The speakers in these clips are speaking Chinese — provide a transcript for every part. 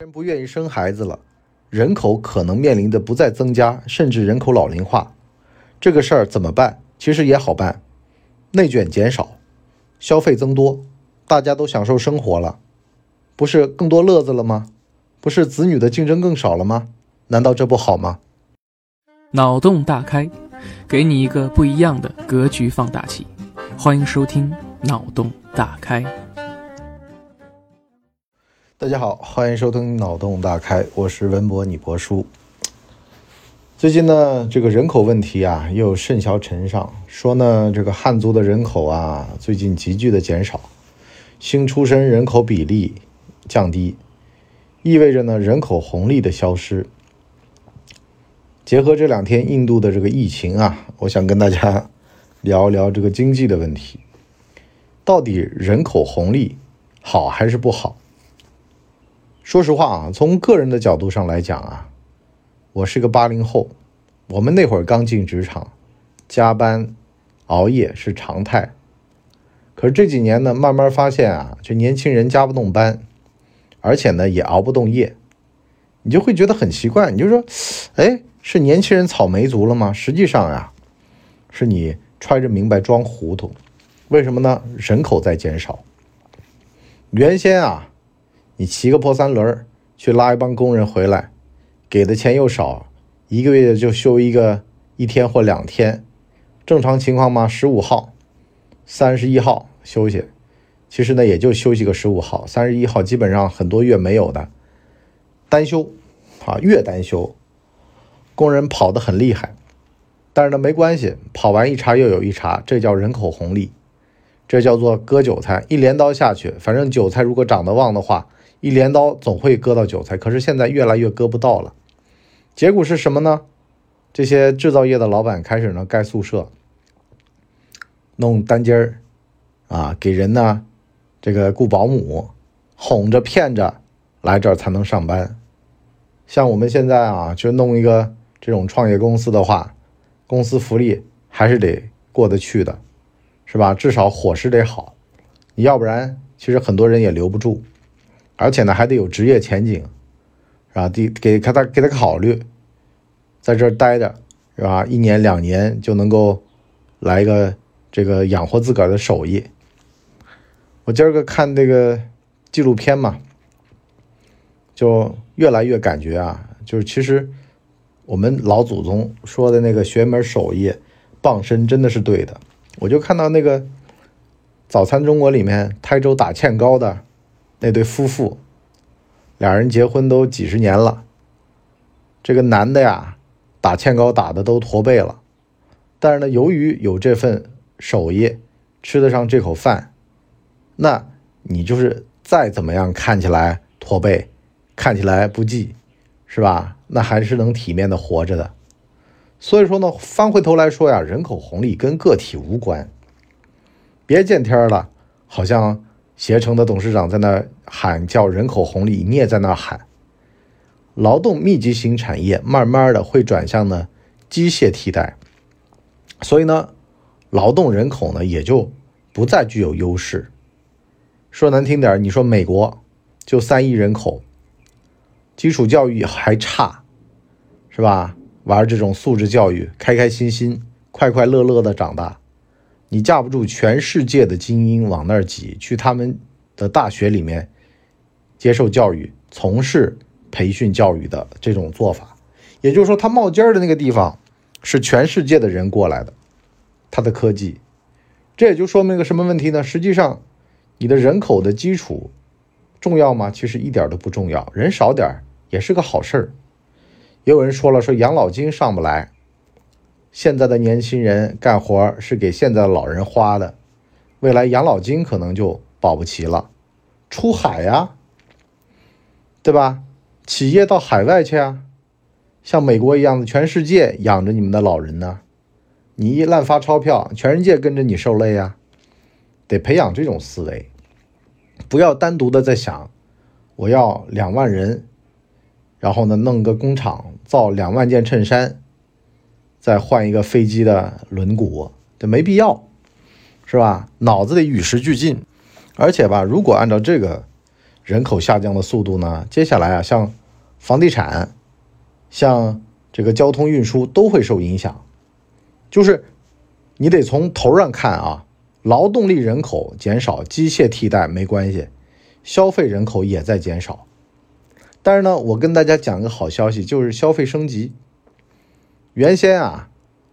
人不愿意生孩子了，人口可能面临的不再增加，甚至人口老龄化。这个事儿怎么办？其实也好办，内卷减少，消费增多，大家都享受生活了，不是更多乐子了吗？不是子女的竞争更少了吗？难道这不好吗？ 脑洞大开，给你一个不一样的格局放大器。欢迎收听脑洞大开。 大家好，欢迎收听脑洞大开，我是文博你博叔。最近呢，这个人口问题啊又甚嚣尘上，说呢这个汉族的人口啊最近急剧的减少，新出生人口比例降低，意味着呢人口红利的消失。结合这两天印度的这个疫情啊，我想跟大家聊一聊这个经济的问题，到底人口红利好还是不好？说实话啊，从个人的角度上来讲啊，我是个80后，我们那会儿刚进职场，加班熬夜是常态。可是这几年呢，慢慢发现啊，这年轻人加不动班，而且呢也熬不动夜，你就会觉得很奇怪，你就说，是年轻人草莓族了吗？实际上啊，是你揣着明白装糊涂。为什么呢？人口在减少。原先啊，你骑个破三轮去拉一帮工人回来，给的钱又少，一个月就休一天或2天，正常情况嘛，15号、31号休息，其实呢也就休息个15号、31号，基本上很多月没有的单休啊，月单休，工人跑得很厉害，但是呢没关系，跑完一茬又有一茬，这叫人口红利，这叫做割韭菜，一镰刀下去，反正韭菜如果长得旺的话，一镰刀总会割到韭菜，可是现在越来越割不到了。结果是什么呢？这些制造业的老板开始呢盖宿舍，弄单间儿啊，给人呢这个雇保姆，哄着骗着来这儿才能上班。像我们现在啊，就弄一个这种创业公司的话，公司福利还是得过得去的，是吧？至少伙食得好，你要不然其实很多人也留不住，而且呢还得有职业前景，是吧？给他考虑，在这儿待着，是吧？1年2年就能够来个这个养活自个儿的手艺。我今儿个看这个纪录片嘛，就越来越感觉啊，就是其实我们老祖宗说的那个学门手艺傍身真的是对的。我就看到那个早餐中国里面台州打芡糕的那对夫妇，俩人结婚都几十年了，这个男的呀打芡糕打的都驼背了，但是呢由于有这份手艺，吃得上这口饭，那你就是再怎么样看起来驼背，看起来不济，是吧？那还是能体面的活着的。所以说呢，翻回头来说呀，人口红利跟个体无关。别见天了，好像携程的董事长在那喊叫人口红利，你也在那喊。劳动密集型产业慢慢的会转向呢机械替代，所以呢，劳动人口呢也就不再具有优势。说难听点，你说美国就3亿人口，基础教育还差，是吧？玩这种素质教育，开开心心快快乐乐的长大，你架不住全世界的精英往那儿挤，去他们的大学里面接受教育，从事培训教育的这种做法。也就是说他冒尖的那个地方是全世界的人过来的，他的科技。这也就说明个什么问题呢？实际上你的人口的基础重要吗？其实一点都不重要，人少点也是个好事儿。也有人说了，说养老金上不来，现在的年轻人干活是给现在的老人花的，未来养老金可能就保不齐了。出海呀，对吧？企业到海外去啊，像美国一样的全世界养着你们的老人呢，你一滥发钞票，全世界跟着你受累啊。得培养这种思维，不要单独的在想我要2万人，然后呢弄个工厂造2万件衬衫，再换一个飞机的轮毂，这没必要，是吧？脑子得与时俱进。而且吧，如果按照这个人口下降的速度呢，接下来啊，像房地产，像这个交通运输都会受影响。就是你得从头上看啊，劳动力人口减少，机械替代没关系，消费人口也在减少。但是呢，我跟大家讲个好消息，就是消费升级。原先啊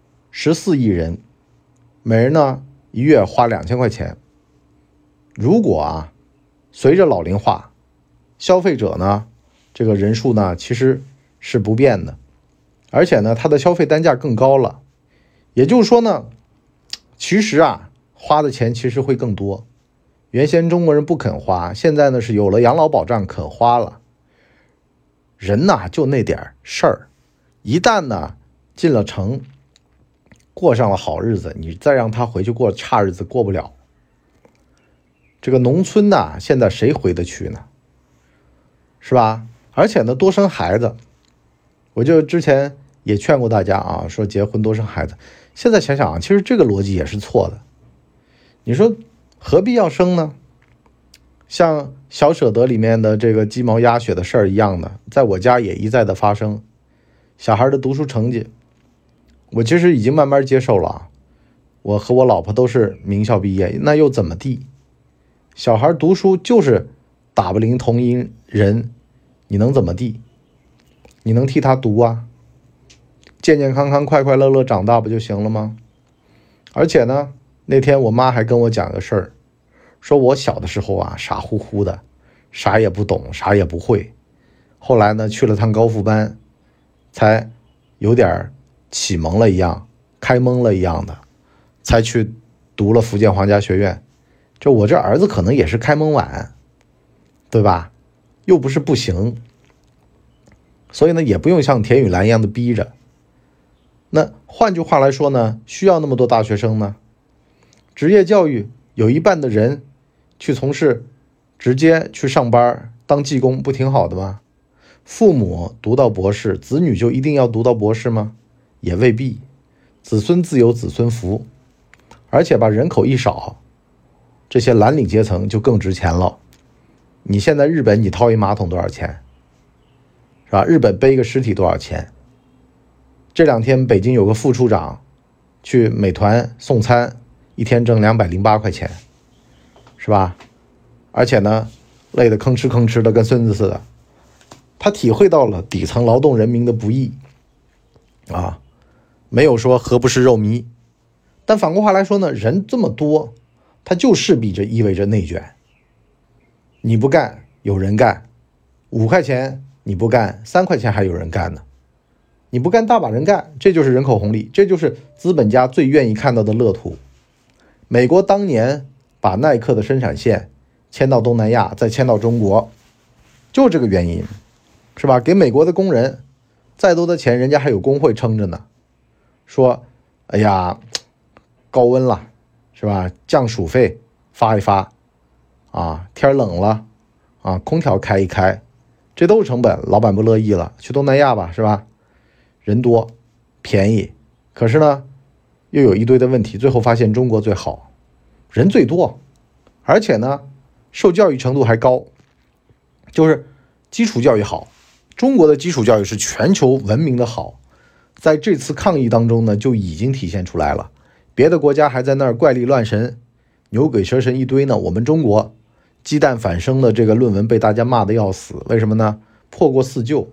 ，14亿人，每人呢一月花2000块钱。如果啊，随着老龄化，消费者呢这个人数呢其实是不变的，而且呢它的消费单价更高了。也就是说呢，其实啊花的钱其实会更多。原先中国人不肯花，现在呢是有了养老保障肯花了。人呐就那点事儿，一旦呢进了城，过上了好日子，你再让他回去过差日子过不了。这个农村呐，现在谁回得去呢？是吧？而且呢，多生孩子，我就之前也劝过大家啊，说结婚多生孩子。现在想想啊，其实这个逻辑也是错的。你说何必要生呢？像小舍得里面的这个鸡毛鸭血的事儿一样的，在我家也一再的发生。小孩的读书成绩，我其实已经慢慢接受了。我和我老婆都是名校毕业，那又怎么地？小孩读书就是打不灵同龄人，你能怎么地？你能替他读啊？健健康康、快快乐乐长大不就行了吗？而且呢，那天我妈还跟我讲个事儿，说我小的时候啊，傻乎乎的，啥也不懂，啥也不会。后来呢，去了趟高复班，才有点启蒙了一样，开蒙了一样的，才去读了福建皇家学院。就我这儿子可能也是开蒙晚，对吧？又不是不行，所以呢，也不用像田雨岚一样的逼着。那换句话来说呢，需要那么多大学生呢？职业教育有一半的人去从事，直接去上班当技工，不挺好的吗？父母读到博士，子女就一定要读到博士吗？也未必。子孙自有子孙福，而且把人口一少，这些蓝领阶层就更值钱了。你现在日本你掏一马桶多少钱？是吧？日本背个尸体多少钱？这两天北京有个副处长去美团送餐，一天挣208块钱，是吧？而且呢，累得吭哧吭哧的跟孙子似的。他体会到了底层劳动人民的不易啊，没有说何不是肉糜。但反过话来说呢，人这么多，他就势必着意味着内卷。你不干，有人干，5块钱你不干，3块钱还有人干呢。你不干，大把人干，这就是人口红利，这就是资本家最愿意看到的乐土。美国当年把耐克的生产线迁到东南亚，再迁到中国，就这个原因，是吧？给美国的工人再多的钱，人家还有工会撑着呢。说，哎呀，高温了，是吧？降暑费发一发，啊，天冷了，啊，空调开一开，这都是成本，老板不乐意了，去东南亚吧，是吧？人多，便宜，可是呢，又有一堆的问题，最后发现中国最好，人最多，而且呢，受教育程度还高，就是基础教育好。中国的基础教育是全球闻名的好，在这次抗疫当中呢，就已经体现出来了。别的国家还在那儿怪力乱神、牛鬼蛇神一堆呢，我们中国鸡蛋反生的这个论文被大家骂得要死，为什么呢？破过4旧，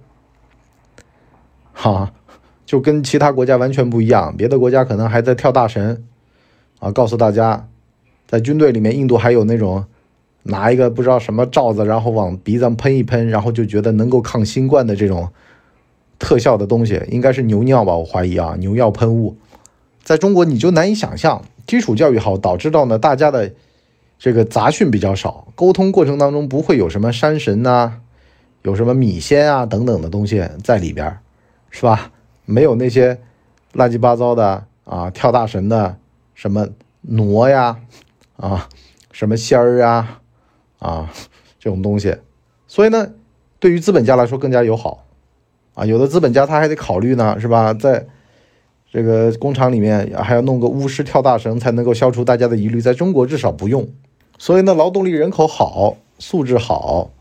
就跟其他国家完全不一样。别的国家可能还在跳大神啊，告诉大家，在军队里面，印度还有那种拿一个不知道什么罩子，然后往鼻子上喷一喷，然后就觉得能够抗新冠的这种特效的东西，应该是牛尿吧，我怀疑啊，牛尿喷雾。在中国你就难以想象，基础教育好导致到呢，大家的这个杂讯比较少，沟通过程当中不会有什么山神啊，有什么米仙啊等等的东西在里边，是吧？没有那些乱七八糟的啊，跳大神的什么挪呀啊，什么仙儿啊这种东西，所以呢，对于资本家来说更加友好啊。有的资本家他还得考虑呢，是吧？在这个工厂里面还要弄个巫师跳大神才能够消除大家的疑虑，在中国至少不用。所以呢，劳动力人口好，素质好，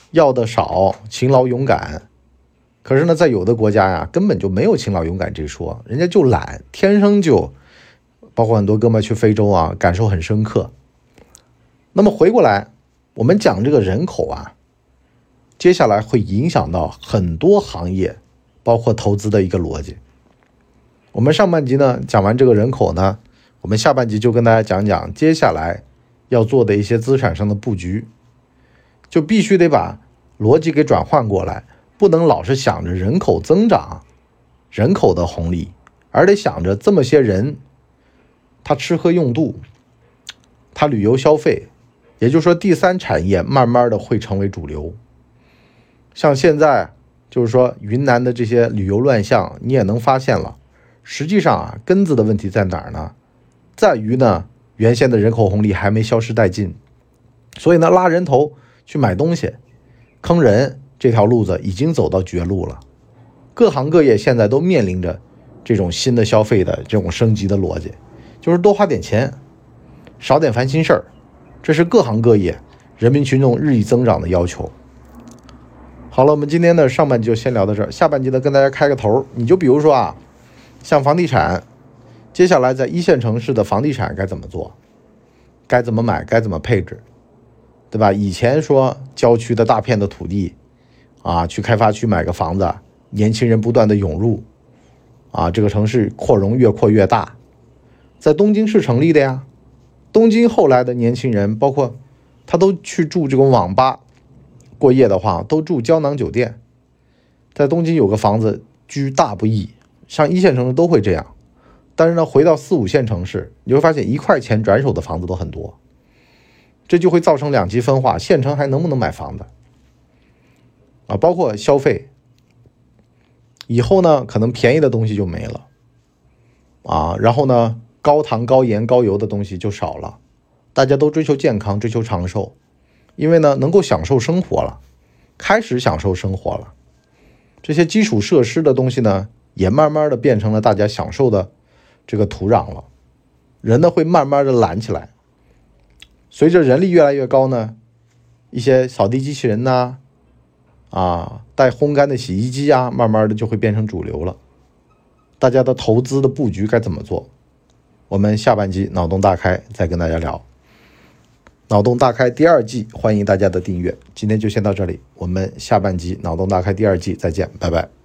要的少，勤劳勇敢。可是呢，在有的国家呀，根本就没有勤劳勇敢这说，人家就懒，天生就，包括很多哥们去非洲啊，感受很深刻。那么回过来，我们讲这个人口啊，接下来会影响到很多行业，包括投资的一个逻辑。我们上半集呢讲完这个人口呢，我们下半集就跟大家讲讲接下来要做的一些资产上的布局，就必须得把逻辑给转换过来，不能老是想着人口增长、人口的红利，而得想着这么些人，他吃喝用度，他旅游消费，也就是说第三产业慢慢的会成为主流。像现在就是说云南的这些旅游乱象，你也能发现了，实际上啊，根子的问题在哪儿呢？在于呢，原先的人口红利还没消失殆尽，所以呢，拉人头去买东西、坑人这条路子已经走到绝路了。各行各业现在都面临着这种新的消费的这种升级的逻辑，就是多花点钱，少点烦心事儿，这是各行各业人民群众日益增长的要求。好了，我们今天的上半集就先聊到这儿，下半集呢跟大家开个头。你就比如说啊，像房地产，接下来在一线城市的房地产该怎么做，该怎么买，该怎么配置，对吧？以前说郊区的大片的土地啊，去开发区买个房子，年轻人不断的涌入啊，这个城市扩容越扩越大。在东京是成立的呀，东京后来的年轻人包括他都去住这种网吧，过夜的话都住胶囊酒店。在东京有个房子居大不易，像一线城市都会这样。但是呢，回到4、5线城市，你会发现1块钱转手的房子都很多，这就会造成两极分化，县城还能不能买房子啊？包括消费，以后呢可能便宜的东西就没了啊，然后呢高糖高盐高油的东西就少了，大家都追求健康，追求长寿，因为呢能够享受生活了，开始享受生活了，这些基础设施的东西呢也慢慢的变成了大家享受的这个土壤了，人呢会慢慢的懒起来。随着人力越来越高呢，一些扫地机器人呐，带烘干的洗衣机啊，慢慢的就会变成主流了。大家的投资的布局该怎么做？我们下半集脑洞大开再跟大家聊。脑洞大开第2季，欢迎大家的订阅。今天就先到这里，我们下半集脑洞大开第2季再见，拜拜。